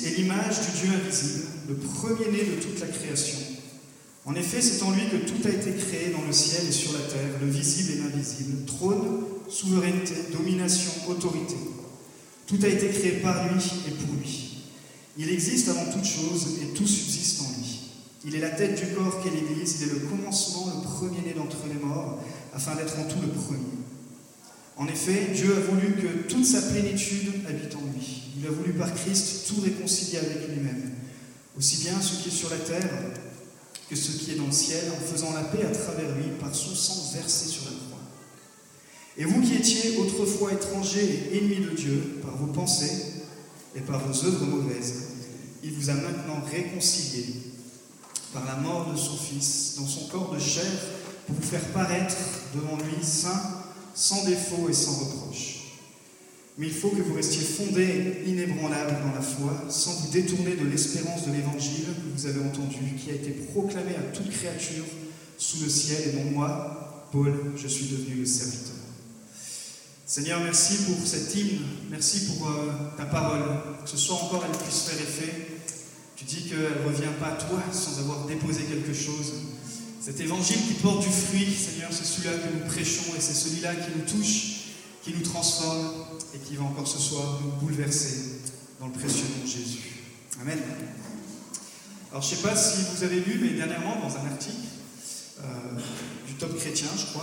est l'image du Dieu invisible, le premier-né de toute la création. En effet, c'est en lui que tout a été créé dans le ciel et sur la terre, le visible et l'invisible, trône, souveraineté, domination, autorité. Tout a été créé par lui et pour lui. Il existe avant toute chose et tout subsiste en lui. Il est la tête du corps qu'est l'Église, il est le commencement, le premier-né d'entre les morts, afin d'être en tout le premier. En effet, Dieu a voulu que toute sa plénitude habite en lui. Il a voulu par Christ tout réconcilier avec lui-même, aussi bien ce qui est sur la terre que ce qui est dans le ciel, en faisant la paix à travers lui par son sang versé sur la croix. Et vous qui étiez autrefois étrangers et ennemis de Dieu par vos pensées et par vos œuvres mauvaises, il vous a maintenant réconciliés par la mort de son Fils, dans son corps de chair, pour vous faire paraître devant lui saint, sans défaut et sans reproche. Mais il faut que vous restiez fondés, inébranlables dans la foi, sans vous détourner de l'espérance de l'Évangile que vous avez entendu, qui a été proclamé à toute créature sous le ciel, et dont moi, Paul, je suis devenu le serviteur. Seigneur, merci pour cet hymne, merci pour ta parole, que ce soir encore elle puisse faire effet. Tu dis qu'elle ne revient pas à toi sans avoir déposé quelque chose. Cet évangile qui porte du fruit, Seigneur, c'est celui-là que nous prêchons et c'est celui-là qui nous touche, qui nous transforme et qui va encore ce soir nous bouleverser dans le précieux nom de Jésus. Amen. Alors je ne sais pas si vous avez lu, mais dernièrement dans un article du Top Chrétien, je crois,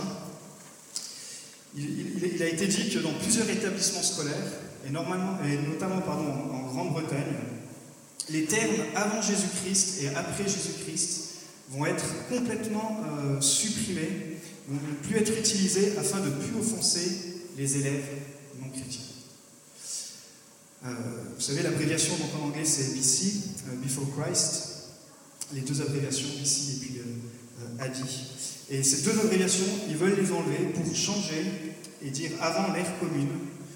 il a été dit que dans plusieurs établissements scolaires, et notamment en Grande-Bretagne, les termes avant Jésus-Christ et après Jésus-Christ vont être complètement supprimés, vont ne plus être utilisés afin de ne plus offenser les élèves non chrétiens. Vous savez, l'abréviation donc en anglais c'est BC, Before Christ, les deux abréviations BC et puis AD. Et ces deux abréviations, ils veulent les enlever pour changer et dire avant l'ère commune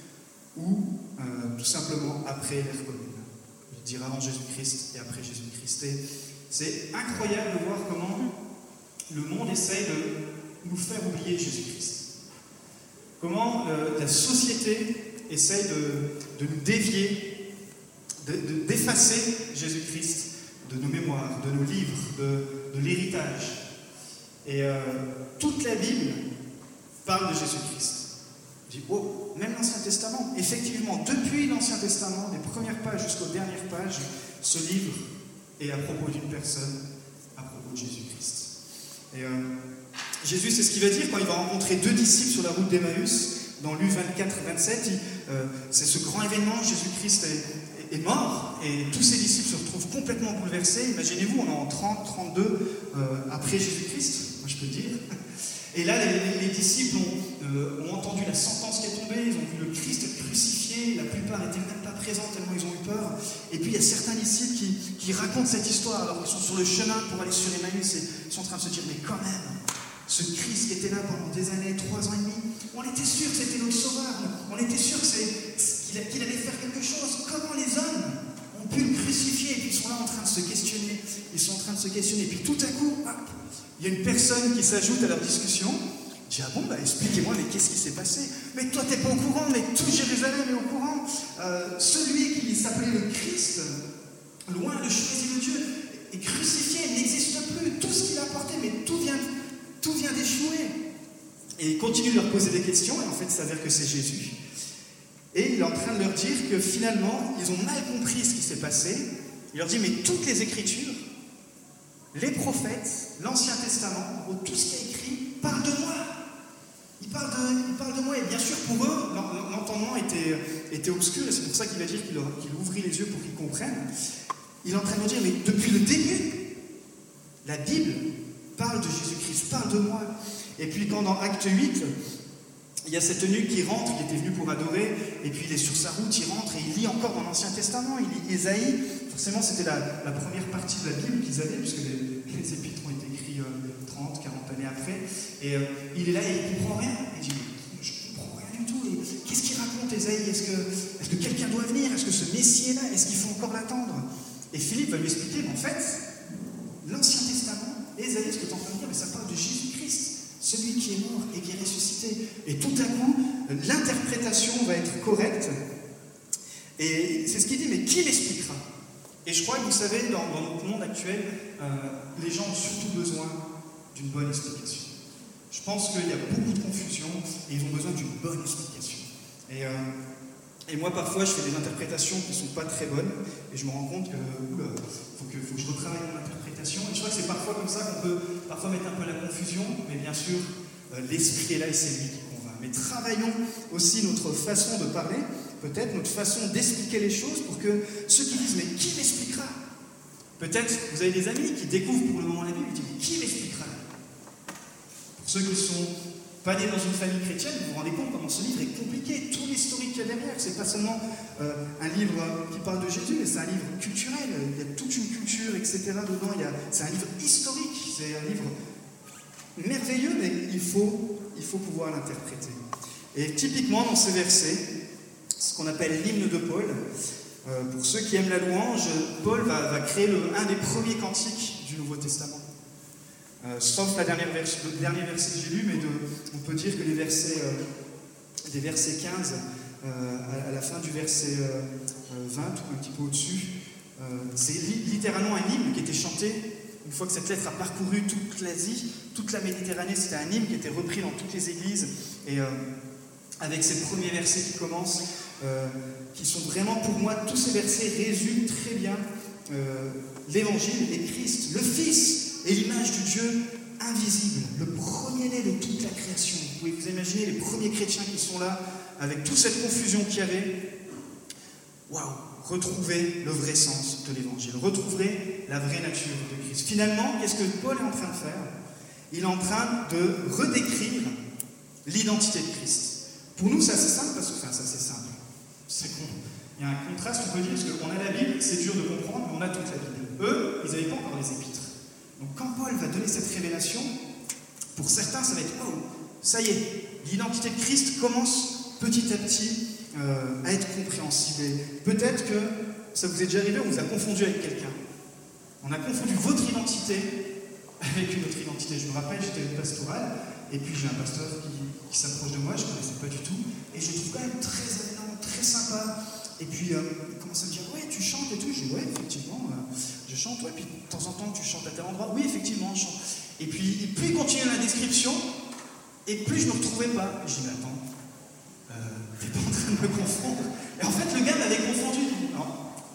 ou tout simplement après l'ère commune. Dire avant Jésus-Christ et après Jésus-Christ. Et c'est incroyable de voir comment le monde essaye de nous faire oublier Jésus-Christ. Comment la société essaye de nous dévier, d'effacer Jésus-Christ de nos mémoires, de nos livres, de l'héritage. Et toute la Bible parle de Jésus-Christ. Je dis, oh, même l'Ancien Testament, effectivement, depuis l'Ancien Testament, des premières pages jusqu'aux dernières pages, ce livre est à propos d'une personne, à propos de Jésus-Christ. Et Jésus, c'est ce qu'il va dire quand il va rencontrer deux disciples sur la route d'Emmaüs, dans Luc 24-27, c'est ce grand événement, Jésus-Christ est mort, et tous ses disciples se retrouvent complètement bouleversés. Imaginez-vous, on est en 30, 32 après Jésus-Christ, moi je peux le dire. Et là, les disciples ont entendu la sentence qui est tombée, ils ont vu le Christ être crucifié, la plupart n'étaient même pas présents tellement ils ont eu peur. Et puis il y a certains disciples qui racontent cette histoire, alors ils sont sur le chemin pour aller sur Emmaüs et ils sont en train de se dire, mais quand même, ce Christ qui était là pendant des années, 3 ans et demi, on était sûr que c'était notre sauveur, on était sûr qu'il allait faire quelque chose. Comment les hommes ont pu le crucifier? Et puis ils sont là en train de se questionner, et puis tout à coup, hop, il y a une personne qui s'ajoute à leur discussion. Je dis, ah bon, expliquez-moi, mais qu'est-ce qui s'est passé? Mais toi, t'es pas au courant, mais tout Jérusalem est au courant. Celui qui s'appelait le Christ, loin de choisir de Dieu, est crucifié, il n'existe plus. Tout ce qu'il a apporté, mais tout vient d'échouer. Et il continue de leur poser des questions, et en fait, il s'avère que c'est Jésus. Et il est en train de leur dire que finalement, ils ont mal compris ce qui s'est passé. Il leur dit, mais toutes les Écritures, les prophètes, l'Ancien Testament, tout ce qui est écrit, parle de moi. Il parle de moi. Et bien sûr, pour eux, l'entendement était obscur, et c'est pour ça qu'il va dire qu'il ouvrit les yeux pour qu'ils comprennent. Il est en train de leur dire, mais depuis le début, la Bible parle de Jésus-Christ, parle de moi. Et puis quand dans Acte 8, il y a cet eunuque qui rentre, il était venu pour adorer, et puis il est sur sa route, il rentre, et il lit encore dans l'Ancien Testament, il lit Ésaïe. Forcément, c'était la première partie de la Bible qu'ils avaient, puisque les épîtres ont été écrits 30, 40 années après. Et il est là et il ne comprend rien. Il dit, je ne comprends rien du tout. Et qu'est-ce qu'il raconte, Ésaïe? Est-ce que quelqu'un doit venir? Est-ce que ce Messie est là? Est-ce qu'il faut encore l'attendre? Et Philippe va lui expliquer, mais en fait, l'Ancien Testament, Ésaïe, ce que tu es en train de dire, mais ça parle de Jésus-Christ, celui qui est mort et qui est ressuscité. Et tout à coup, l'interprétation va être correcte. Et c'est ce qu'il dit, mais qui l'expliquera? Et je crois que vous savez, dans notre monde actuel, les gens ont surtout besoin d'une bonne explication. Je pense qu'il y a beaucoup de confusion et ils ont besoin d'une bonne explication. Et moi, parfois, je fais des interprétations qui ne sont pas très bonnes et je me rends compte que faut que je retravaille mon interprétation. Et je crois que c'est parfois comme ça qu'on peut parfois mettre un peu la confusion, mais bien sûr, l'esprit est là et c'est lui qui convainc. Mais travaillons aussi notre façon de parler, peut-être notre façon d'expliquer les choses pour que ceux qui disent « mais qui m'expliquera ?» Peut-être vous avez des amis qui découvrent pour le moment la Bible et disent « mais qui m'expliquera ?» Pour ceux qui ne sont pas nés dans une famille chrétienne, vous vous rendez compte comment ce livre est compliqué, tout l'historique qu'il y a derrière. C'est pas seulement un livre qui parle de Jésus, mais c'est un livre culturel. Il y a toute une culture, etc. dedans. C'est un livre historique, c'est un livre merveilleux, mais il faut pouvoir l'interpréter. Et typiquement, dans ces versets, ce qu'on appelle l'hymne de Paul, pour ceux qui aiment la louange, Paul va créer un des premiers cantiques du Nouveau Testament. Sauf le dernier verset que j'ai lu, mais on peut dire que des versets 15 à la fin du verset 20, ou un petit peu au-dessus, c'est littéralement un hymne qui était chanté une fois que cette lettre a parcouru toute l'Asie, toute la Méditerranée. C'était un hymne qui était repris dans toutes les églises, et avec ces premiers versets qui commencent, qui sont vraiment, pour moi, tous ces versets résument très bien l'Évangile et Christ, le Fils, et l'image du Dieu invisible, le premier-né de toute la création. Vous pouvez vous imaginer les premiers chrétiens qui sont là, avec toute cette confusion qu'il y avait. Waouh! Retrouvez le vrai sens de l'Évangile, retrouvez la vraie nature de Christ. Finalement, qu'est-ce que Paul est en train de faire? Il est en train de redécrire l'identité de Christ. Pour nous, c'est assez simple, parce que ça c'est simple. Il y a un contraste, on peut dire, parce qu'on a la Bible, c'est dur de comprendre, mais on a toute la Bible. Eux, ils n'avaient pas encore les épîtres. Donc quand Paul va donner cette révélation, pour certains, ça va être « Oh, ça y est, l'identité de Christ commence petit à petit à être compréhensible. » Peut-être que ça vous est déjà arrivé, on vous a confondu avec quelqu'un. On a confondu votre identité avec une autre identité. Je me rappelle, j'étais à une pastorale, et puis j'ai un pasteur qui s'approche de moi, je ne connaissais pas du tout, et je le trouve quand même très avenant, très sympa. Et puis il commence à me dire « Ouais, tu chantes et tout ?» Je dis « Ouais, effectivement, je chante. Ouais, puis de temps en temps, tu chantes à tel endroit. » « Oui, effectivement, je chante. » Et puis, plus il continue la description, et plus je ne me retrouvais pas. Je dis « Mais attends, t'es pas en train de me confondre ?» Et en fait, le gars m'avait confondu. Non,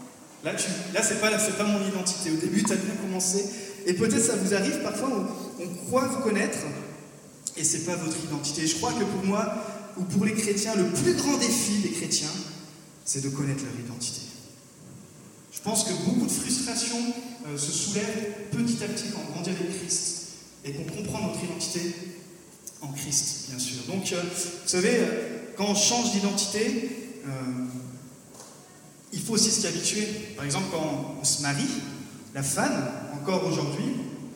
là c'est pas mon identité. Au début, tu as bien commencé. Et peut-être ça vous arrive parfois où on croit vous connaître, et c'est pas votre identité. Et je crois que pour moi, ou pour les chrétiens, le plus grand défi des chrétiens, c'est de connaître leur identité. Je pense que beaucoup de frustrations se soulèvent petit à petit quand on grandit avec Christ et qu'on comprend notre identité en Christ, bien sûr. Donc, vous savez, quand on change d'identité, il faut aussi s'y habituer. Par exemple, quand on se marie, la femme, encore aujourd'hui,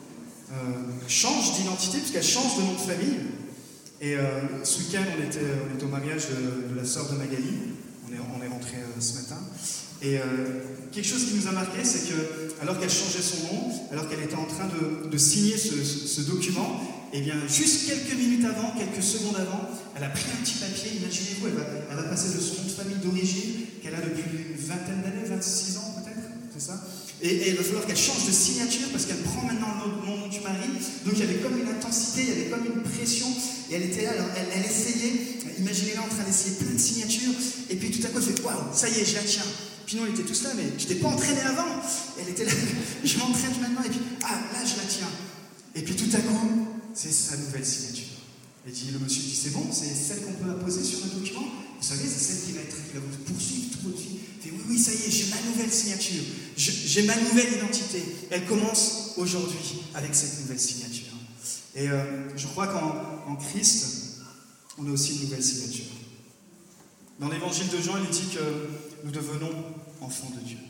change d'identité puisqu'elle change de nom de famille. Et ce week-end, on était au mariage de la sœur de Magali. On est rentré ce matin. Et quelque chose qui nous a marqué, c'est que, alors qu'elle changeait son nom, alors qu'elle était en train de signer ce document, et bien, juste quelques minutes avant, quelques secondes avant, elle a pris un petit papier. Imaginez-vous, elle va passer de son nom de famille d'origine, qu'elle a depuis une vingtaine d'années, 26 ans peut-être, c'est ça? Et il va falloir qu'elle change de signature parce qu'elle prend maintenant le nom du mari. Donc il y avait comme une intensité, il y avait comme une pression. Et elle était là, alors elle essayait, imaginez-la en train d'essayer plein de signatures. Et puis tout à coup elle fait « Waouh, ça y est, je la tiens !» Puis nous on était tous là, mais je n'étais pas entraîné avant. Elle était là, je m'entraîne maintenant, et puis ah, là je la tiens. Et puis tout à coup, c'est sa nouvelle signature. Le monsieur dit « C'est bon, c'est celle qu'on peut apposer sur le document. Vous savez, c'est celle qui va vous poursuivre toute votre vie. » Oui, ça y est, j'ai ma nouvelle signature, j'ai ma nouvelle identité. Elle commence aujourd'hui avec cette nouvelle signature. Et je crois qu'en Christ, on a aussi une nouvelle signature. Dans l'évangile de Jean, il dit que nous devenons enfants de Dieu.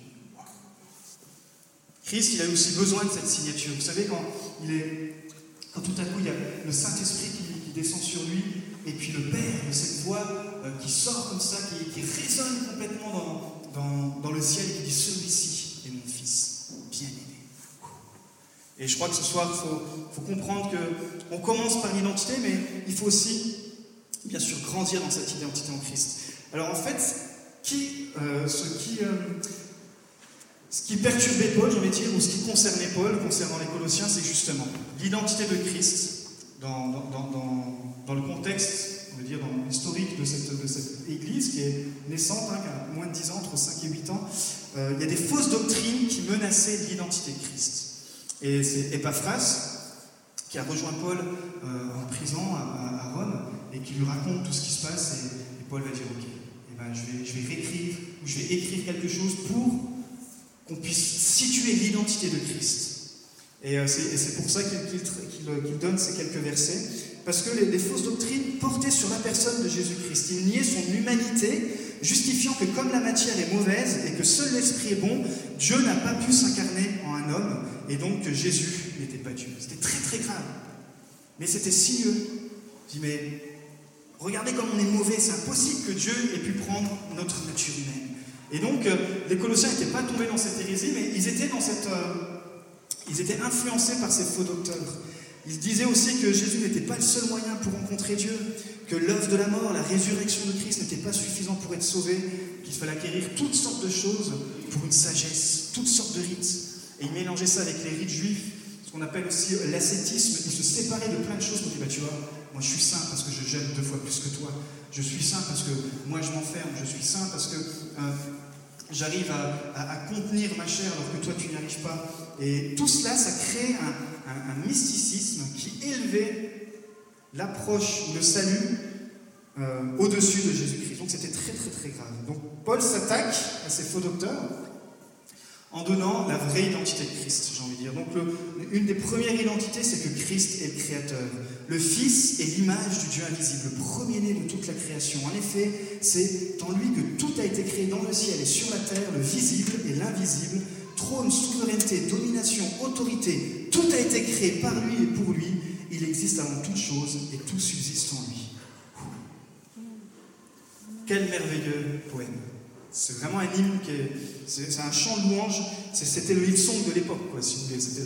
Christ, il a aussi besoin de cette signature. Vous savez, quand tout à coup, il y a le Saint-Esprit qui descend sur lui, et puis le Père, de cette voix qui sort comme ça, qui résonne complètement dans le ciel, et qui dit « Celui-ci est mon Fils bien-aimé ». Et je crois que ce soir, il faut comprendre qu'on commence par l'identité, mais il faut aussi, bien sûr, grandir dans cette identité en Christ. Alors en fait, ce Ce qui perturbait Paul, j'ai envie de dire, ou ce qui concernait Paul, concernant les Colossiens, c'est justement l'identité de Christ dans le contexte, on veut dire, dans l'historique de cette église qui est naissante, qui a moins de 10 ans, entre 5 et 8 ans. Il y a des fausses doctrines qui menaçaient l'identité de Christ. Et c'est Epaphras qui a rejoint Paul en prison à Rome et qui lui raconte tout ce qui se passe. Et Paul va dire, ok, je vais réécrire, ou je vais écrire quelque chose pour qu'on puisse situer l'identité de Christ. Et c'est pour ça qu'il donne ces quelques versets, parce que les fausses doctrines portaient sur la personne de Jésus-Christ. Ils niaient son humanité, justifiant que comme la matière est mauvaise et que seul l'esprit est bon, Dieu n'a pas pu s'incarner en un homme, et donc que Jésus n'était pas Dieu. C'était très très grave. Mais c'était sinueux. Je dis, mais regardez comme on est mauvais, c'est impossible que Dieu ait pu prendre notre nature humaine. Et donc, les Colossiens n'étaient pas tombés dans cette hérésie, mais ils étaient influencés par ces faux docteurs. Ils disaient aussi que Jésus n'était pas le seul moyen pour rencontrer Dieu, que l'œuvre de la mort, la résurrection de Christ n'était pas suffisant pour être sauvé, qu'il fallait acquérir toutes sortes de choses pour une sagesse, toutes sortes de rites. Et ils mélangeaient ça avec les rites juifs, ce qu'on appelle aussi l'ascétisme. Ils se séparaient de plein de choses pour dire, tu vois, moi je suis saint parce que je jeûne 2 fois plus que toi. Je suis saint parce que moi je m'enferme. Je suis saint parce que j'arrive à contenir ma chair alors que toi tu n'y arrives pas. Et tout cela, ça crée un mysticisme qui élevait l'approche, le salut au-dessus de Jésus-Christ. Donc c'était très très très grave. Donc Paul s'attaque à ces faux docteurs en donnant la vraie identité de Christ, j'ai envie de dire. Donc une des premières identités, c'est que Christ est le Créateur. Le Fils est l'image du Dieu invisible, le premier-né de toute la création. En effet, c'est en lui que tout a été créé dans le ciel et sur la terre, le visible et l'invisible, trône, souveraineté, domination, autorité. Tout a été créé par lui et pour lui. Il existe avant toute chose et tout subsiste en lui. Quel merveilleux poème. C'est vraiment un hymne c'est un chant de louange. C'était le Hillsong de l'époque, quoi, si vous voulez. C'était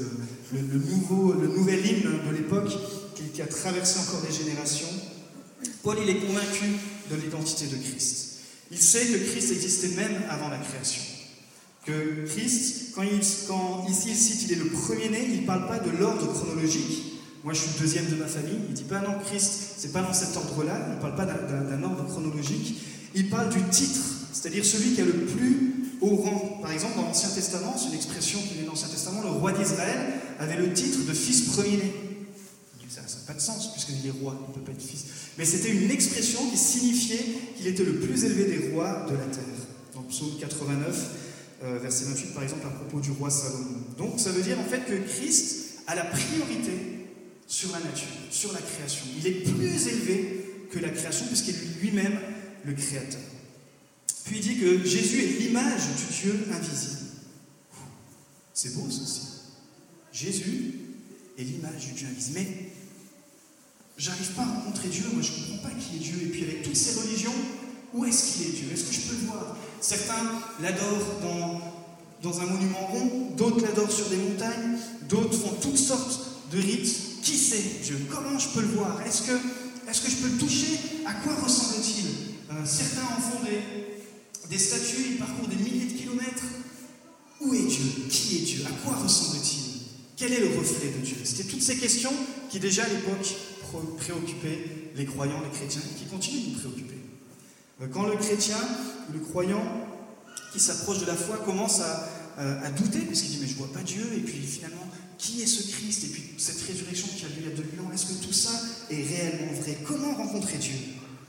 le nouvel hymne de l'époque qui a traversé encore des générations. Paul, il est convaincu de l'identité de Christ. Il sait que Christ existait même avant la création. Que Christ, quand ici il cite qu'il est le premier-né, il ne parle pas de l'ordre chronologique. Moi, je suis le deuxième de ma famille. Il ne dit pas non, Christ, c'est pas dans cet ordre-là. Il ne parle pas d'un ordre chronologique. Il parle du titre, c'est-à-dire celui qui a le plus haut rang. Par exemple, dans l'Ancien Testament, c'est une expression qui vient de l'Ancien Testament, le roi d'Israël avait le titre de fils premier-né. Ça n'a pas de sens, puisqu'il est roi, il ne peut pas être fils. Mais c'était une expression qui signifiait qu'il était le plus élevé des rois de la terre. Dans Psaume 89, verset 28, par exemple, à propos du roi Salomon. Donc, ça veut dire en fait que Christ a la priorité sur la nature, sur la création. Il est plus élevé que la création, puisqu'il est lui-même le créateur. Puis il dit que Jésus est l'image du Dieu invisible. C'est beau, ça aussi. Jésus est l'image du Dieu invisible. Mais j'arrive pas à rencontrer Dieu, moi je ne comprends pas qui est Dieu. Et puis avec toutes ces religions, où est-ce qu'il est Dieu? Est-ce que je peux le voir? Certains l'adorent dans un monument rond, d'autres l'adorent sur des montagnes, d'autres font toutes sortes de rites. Qui c'est Dieu? Comment je peux le voir? Est-ce que je peux le toucher? À quoi ressemble-t-il? Certains en font des statues, ils parcourent des milliers de kilomètres. Où est Dieu? Qui est Dieu? À quoi ressemble-t-il? Quel est le reflet de Dieu? C'était toutes ces questions qui déjà à l'époque préoccupaient les croyants, les chrétiens, et qui continuent de nous préoccuper. Quand le chrétien, le croyant qui s'approche de la foi commence à douter, puisqu'il dit mais je ne vois pas Dieu, et puis finalement, qui est ce Christ? Et puis cette résurrection qui a lieu il y a 2000 ans, est-ce que tout ça est réellement vrai? Comment rencontrer Dieu?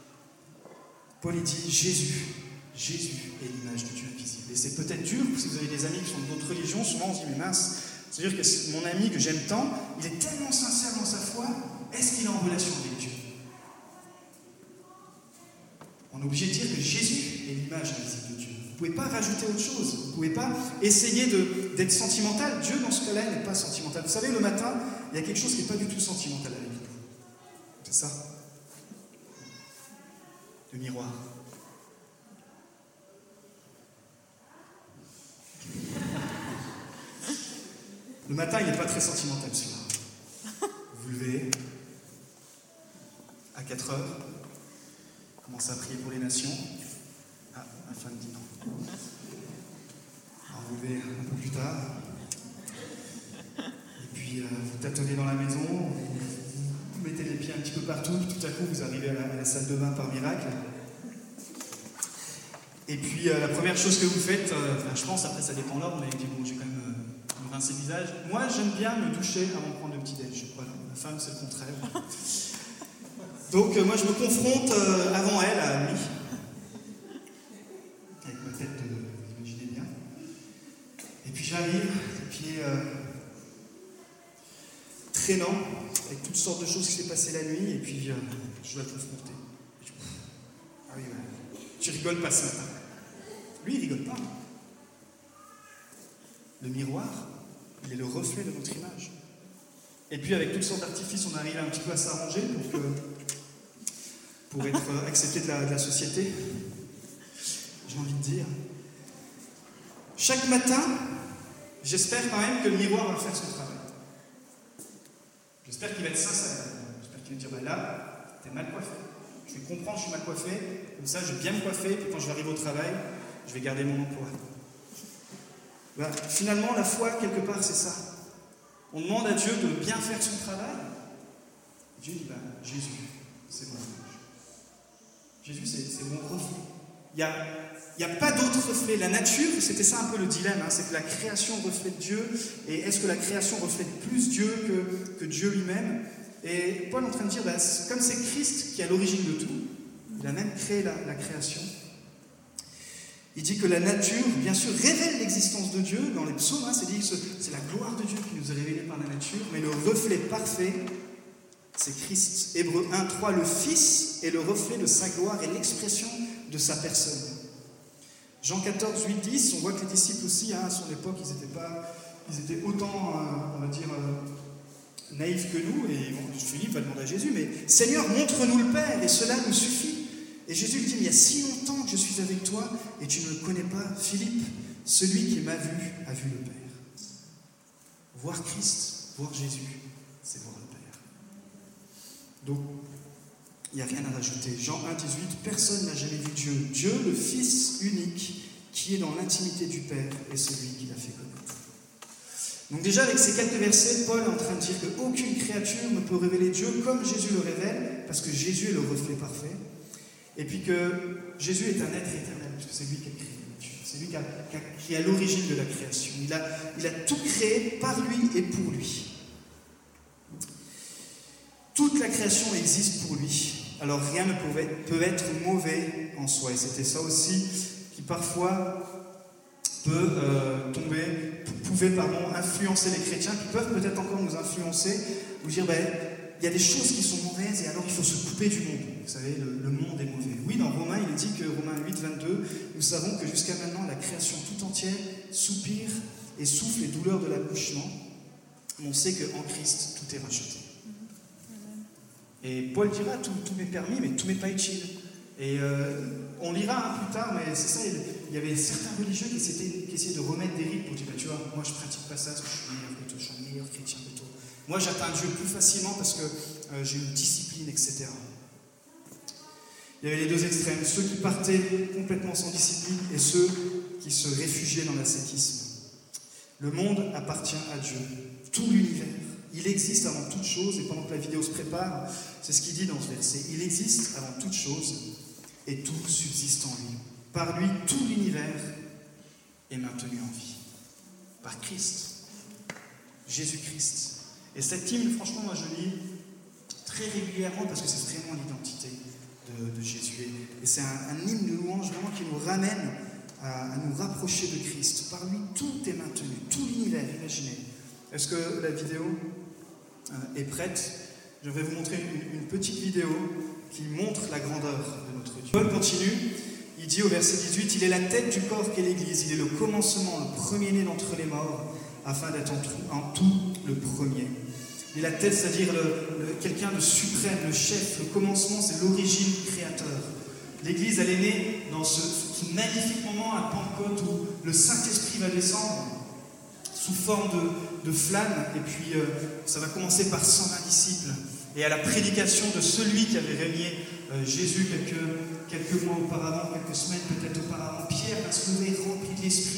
Paul dit Jésus est l'image du Dieu invisible. Et c'est peut-être dur, si vous avez des amis qui sont d'autres religions, souvent on se dit mais mince, c'est-à-dire que mon ami que j'aime tant, il est tellement sincère dans sa foi, est-ce qu'il est en relation avec Dieu? On est obligé de dire que Jésus est l'image invisible de Dieu. Vous ne pouvez pas rajouter autre chose, vous ne pouvez pas essayer d'être sentimental. Dieu dans ce cas-là n'est pas sentimental. Vous savez, le matin, il y a quelque chose qui n'est pas du tout sentimental avec nous. C'est ça. Le miroir. Le matin, il n'est pas très sentimental, celui-là. Vous vous levez à 4 heures, commencez à prier pour les nations. Ah, ma femme dit non. Alors, vous levez un peu plus tard. Et puis vous tâtonnez dans la maison, vous mettez les pieds un petit peu partout, puis tout à coup vous arrivez à la salle de bain par miracle. Et puis la première chose que vous faites, je pense, après ça dépend l'ordre, mais bon, j'ai quand même me rincer le visage. Moi j'aime bien me doucher avant de prendre le petit-déj. Voilà, ma femme c'est le contraire. Donc moi je me confronte avant elle à lui. Avec ma tête, vous imaginez bien. Et puis j'arrive, les pieds traînants, avec toutes sortes de choses qui s'est passées la nuit, et puis je dois le confronter. Ah oui, ouais. Tu rigoles pas ce matin. Lui, il rigole pas. Le miroir, il est le reflet de notre image. Et puis avec toutes sortes d'artifices, on arrive un petit peu à s'arranger pour être accepté de la société. J'ai envie de dire. Chaque matin, j'espère quand même que le miroir va faire son travail. J'espère qu'il va être sincère. J'espère qu'il va dire, là, t'es mal coiffé. Je vais comprendre, je suis mal coiffé. Comme ça, je vais bien me coiffer. Puis quand je vais arriver au travail, je vais garder mon emploi. Voilà. Finalement, la foi, quelque part, c'est ça. On demande à Dieu de bien faire son travail. Dieu dit, Jésus, c'est mon image. Jésus, c'est mon reflet. Il n'y a pas d'autre reflet. La nature, c'était ça un peu le dilemme, c'est que la création reflète Dieu, et est-ce que la création reflète plus Dieu que Dieu lui-même? Et Paul est en train de dire, comme c'est Christ qui est à l'origine de tout, il a même créé la création. Il dit que la nature, bien sûr, révèle l'existence de Dieu. Dans les psaumes, c'est la gloire de Dieu qui nous est révélée par la nature, mais le reflet parfait, c'est Christ. Hébreux 1:3, le Fils est le reflet de sa gloire et l'expression de sa personne. Jean 14, 8, 10, on voit que les disciples aussi, à son époque, ils étaient autant, on va dire, naïfs que nous, et Philippe va demander à Jésus, mais Seigneur, montre-nous le Père, et cela nous suffit. Et Jésus lui dit, mais il y a si longtemps que je suis avec toi, et tu ne me connais pas, Philippe, celui qui m'a vu a vu le Père. Voir Christ, voir Jésus, c'est voir le Père. Donc, il n'y a rien à rajouter. Jean 1, 18, personne n'a jamais vu Dieu. Dieu, le Fils unique, qui est dans l'intimité du Père, est celui qui l'a fait connaître. Donc déjà, avec ces quelques versets, Paul est en train de dire qu'aucune créature ne peut révéler Dieu comme Jésus le révèle, parce que Jésus est le reflet parfait, et puis que Jésus est un être éternel, parce que c'est lui qui a créé la nature, c'est lui qui est à l'origine de la création. Il a tout créé par lui et pour lui. Toute la création existe pour lui. Alors rien ne peut être mauvais en soi. Et c'était ça aussi qui parfois pouvait influencer les chrétiens, qui peuvent peut-être encore nous influencer, nous dire, il y a des choses qui sont mauvaises et alors il faut se couper du monde. Vous savez, le monde est mauvais. Oui, dans Romains, il est dit que Romains 8, 22, nous savons que jusqu'à maintenant, la création tout entière soupire et souffle les douleurs de l'accouchement. On sait qu'en Christ, tout est racheté. Et Paul dira, tout m'est permis, mais tout m'est pas utile. Et on lira plus tard, mais c'est ça, il y avait certains religieux qui essayaient de remettre des rites pour dire, tu vois, moi je pratique pas ça parce que je suis un meilleur chrétien que toi. Moi j'atteins Dieu plus facilement parce que j'ai une discipline, etc. Il y avait les deux extrêmes, ceux qui partaient complètement sans discipline et ceux qui se réfugiaient dans l'ascétisme. Le monde appartient à Dieu, tout l'univers. Il existe avant toute chose, et pendant que la vidéo se prépare, c'est ce qu'il dit dans ce verset. Il existe avant toute chose, et tout subsiste en lui. Par lui, tout l'univers est maintenu en vie. Par Christ, Jésus-Christ. Et cette hymne, franchement, moi je lis très régulièrement parce que c'est vraiment l'identité de Jésus. Et c'est un hymne de louange vraiment qui nous ramène à nous rapprocher de Christ. Par lui, tout est maintenu, tout l'univers, imaginez. Est-ce que la vidéo est prête? Je vais vous montrer une petite vidéo qui montre la grandeur de notre Dieu. Paul continue, il dit au verset 18, « Il est la tête du corps qu'est l'Église, il est le commencement, le premier-né d'entre les morts, afin d'être en tout le premier. » Il est la tête, c'est-à-dire quelqu'un de suprême, le chef, le commencement, c'est l'origine du Créateur. L'Église, elle est née dans ce magnifique moment à Pentecôte où le Saint-Esprit va descendre sous forme de flammes, et puis ça va commencer par 120 disciples, et à la prédication de celui qui avait régné Jésus quelques mois auparavant, quelques semaines peut-être auparavant, Pierre va se lever rempli de l'Esprit,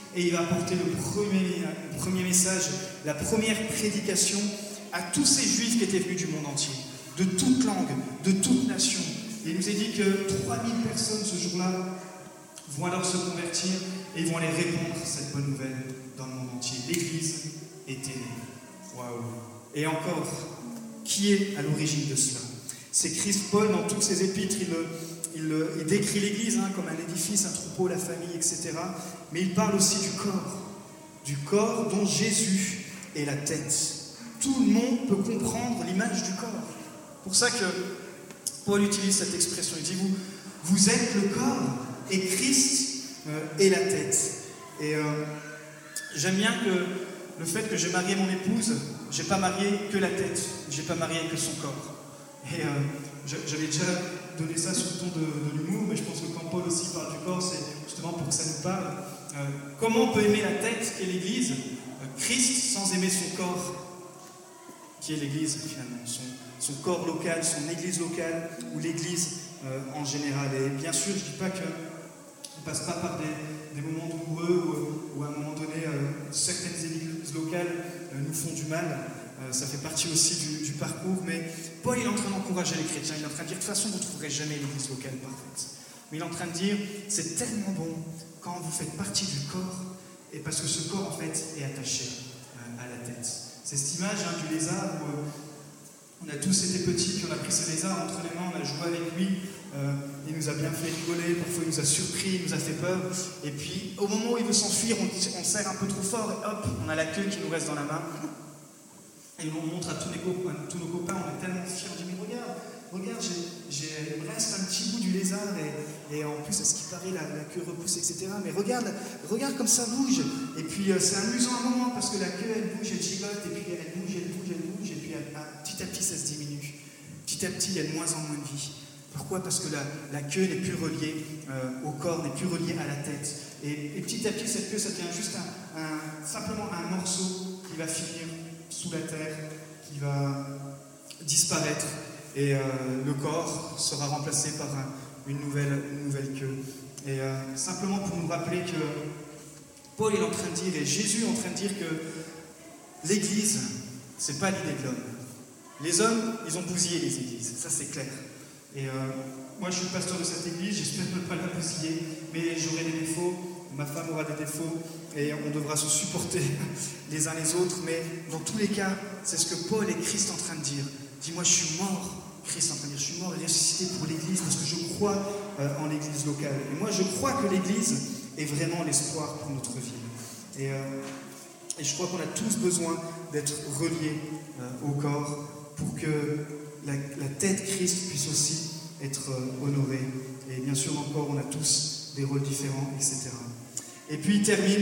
et il va apporter le premier message, la première prédication à tous ces juifs qui étaient venus du monde entier, de toute langue, de toute nation. Et il nous est dit que 3000 personnes ce jour-là vont alors se convertir et vont aller répandre cette bonne nouvelle dans le monde entier. L'Église était née. Waouh! Et encore, qui est à l'origine de cela? C'est Christ. Paul, dans toutes ses épîtres, il décrit l'Église comme un édifice, un troupeau, la famille, etc. Mais il parle aussi du corps dont Jésus est la tête. Tout le monde peut comprendre l'image du corps. C'est pour ça que Paul utilise cette expression. Il dit, vous êtes le corps et Christ est la tête. Et j'aime bien que le fait que j'ai marié mon épouse, j'ai pas marié que la tête, j'ai pas marié que son corps. Et j'avais déjà donné ça sous le ton de l'humour, mais je pense que quand Paul aussi parle du corps, c'est justement pour que ça nous parle. Comment on peut aimer la tête qui est l'Église, Christ, sans aimer son corps qui est l'Église finalement, son corps local, son Église locale ou l'Église en général. Et bien sûr, je ne dis pas qu'on ne passe pas par des moments douloureux où à un moment donné, certaines églises locales nous font du mal. Ça fait partie aussi du parcours. Mais Paul, il est en train d'encourager les chrétiens. Il est en train de dire, de toute façon, vous ne trouverez jamais l'église locale parfaite. Mais il est en train de dire, c'est tellement bon quand vous faites partie du corps, et parce que ce corps, en fait, est attaché à la tête. C'est cette image du lézard où on a tous été petits, puis on a pris ce lézard entre les mains, on a joué avec lui. Il nous a bien fait rigoler, parfois il nous a surpris, il nous a fait peur. Et puis, au moment où il veut s'enfuir, on serre un peu trop fort, et hop, on a la queue qui nous reste dans la main. Et on montre à tous nos copains, on est tellement fiers, on dit, mais regarde, il me reste un petit bout du lézard, et en plus, à ce qui paraît, la queue repousse, etc. Mais regarde comme ça bouge. Et puis, c'est amusant un moment, parce que la queue, elle bouge, elle gigote, et puis elle bouge, et puis petit à petit, ça se diminue. Petit à petit, il y a de moins en moins de vie. Pourquoi? Parce que la queue n'est plus reliée au corps, n'est plus reliée à la tête. Et petit à petit, cette queue, ça devient juste simplement un morceau qui va finir sous la terre, qui va disparaître, et le corps sera remplacé par une nouvelle queue. Et simplement pour nous rappeler que Paul est en train de dire, et Jésus est en train de dire que l'Église, c'est pas l'idée de l'homme. Les hommes, ils ont bousillé les églises, ça c'est clair. Et moi je suis le pasteur de cette église, j'espère ne pas la bousiller, mais j'aurai des défauts, ma femme aura des défauts, et on devra se supporter les uns les autres, mais dans tous les cas, c'est ce que Paul et Christ sont en train de dire. Dis-moi, je suis mort, Christ est en train de dire, je suis mort et ressuscité pour l'église, parce que je crois en l'église locale. Et moi je crois que l'église est vraiment l'espoir pour notre vie. Et je crois qu'on a tous besoin d'être reliés au corps pour que la tête Christ puisse aussi être honorée. Et bien sûr encore, on a tous des rôles différents, etc. Et puis il termine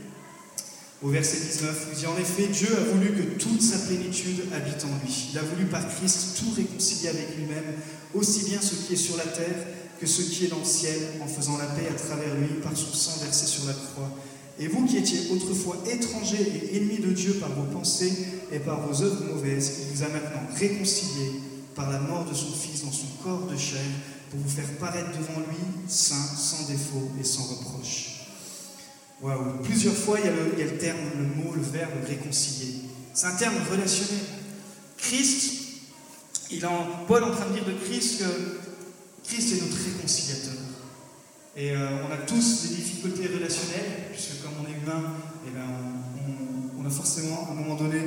au verset 19, il dit, en effet, Dieu a voulu que toute sa plénitude habite en lui. Il a voulu par Christ tout réconcilier avec lui-même, aussi bien ce qui est sur la terre que ce qui est dans le ciel, en faisant la paix à travers lui par son sang versé sur la croix. Et vous qui étiez autrefois étrangers et ennemis de Dieu par vos pensées et par vos œuvres mauvaises, il vous a maintenant réconciliés par la mort de son Fils dans son corps de chair, pour vous faire paraître devant lui, saint, sans défaut et sans reproche. Waouh! Plusieurs fois, il y a le terme, le mot, le verbe réconcilier. C'est un terme relationnel. Christ, Paul est en train de dire de Christ que Christ est notre réconciliateur. Et on a tous des difficultés relationnelles, puisque comme on est humain, on a forcément à un moment donné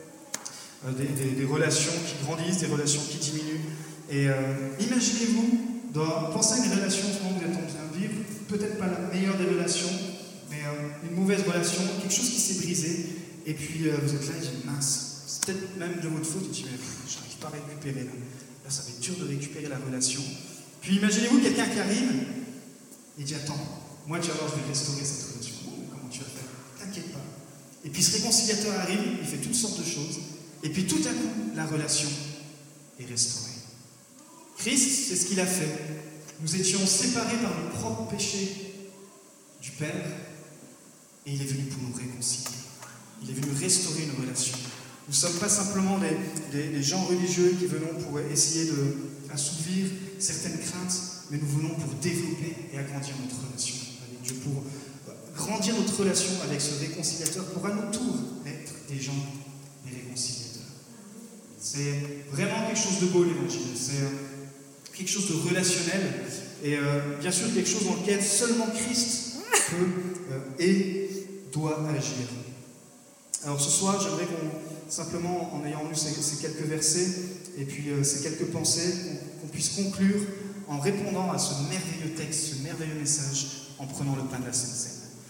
des relations qui grandissent, des relations qui diminuent. Et imaginez-vous, pensez à une relation que vous êtes en train de vivre, peut-être pas la meilleure des relations, mais une mauvaise relation, quelque chose qui s'est brisé, et puis vous êtes là et dites, mince, c'est peut-être même de votre faute, et tu dis, mais j'arrive pas à récupérer là. Là, ça va être dur de récupérer la relation. Puis imaginez-vous quelqu'un qui arrive, et dit, attends, moi tu vas voir, je vais restaurer cette relation. Comment tu vas faire? T'inquiète pas. Et puis ce réconciliateur arrive, il fait toutes sortes de choses, et puis tout à coup, la relation est restaurée. Christ, c'est ce qu'il a fait. Nous étions séparés par nos propres péchés du Père, et il est venu pour nous réconcilier. Il est venu restaurer une relation. Nous ne sommes pas simplement des gens religieux qui venons pour essayer d'assouvir certaines craintes, mais nous venons pour développer et agrandir notre relation avec Dieu, pour grandir notre relation avec ce réconciliateur pour à notre tour être des gens, des réconciliateurs. C'est vraiment quelque chose de beau l'évangile, c'est quelque chose de relationnel et bien sûr quelque chose dans lequel seulement Christ peut et doit agir. Alors ce soir, j'aimerais qu'on, simplement en ayant lu ces quelques versets et puis ces quelques pensées, qu'on puisse conclure en répondant à ce merveilleux texte, ce merveilleux message, en prenant le pain de la Sainte Seine.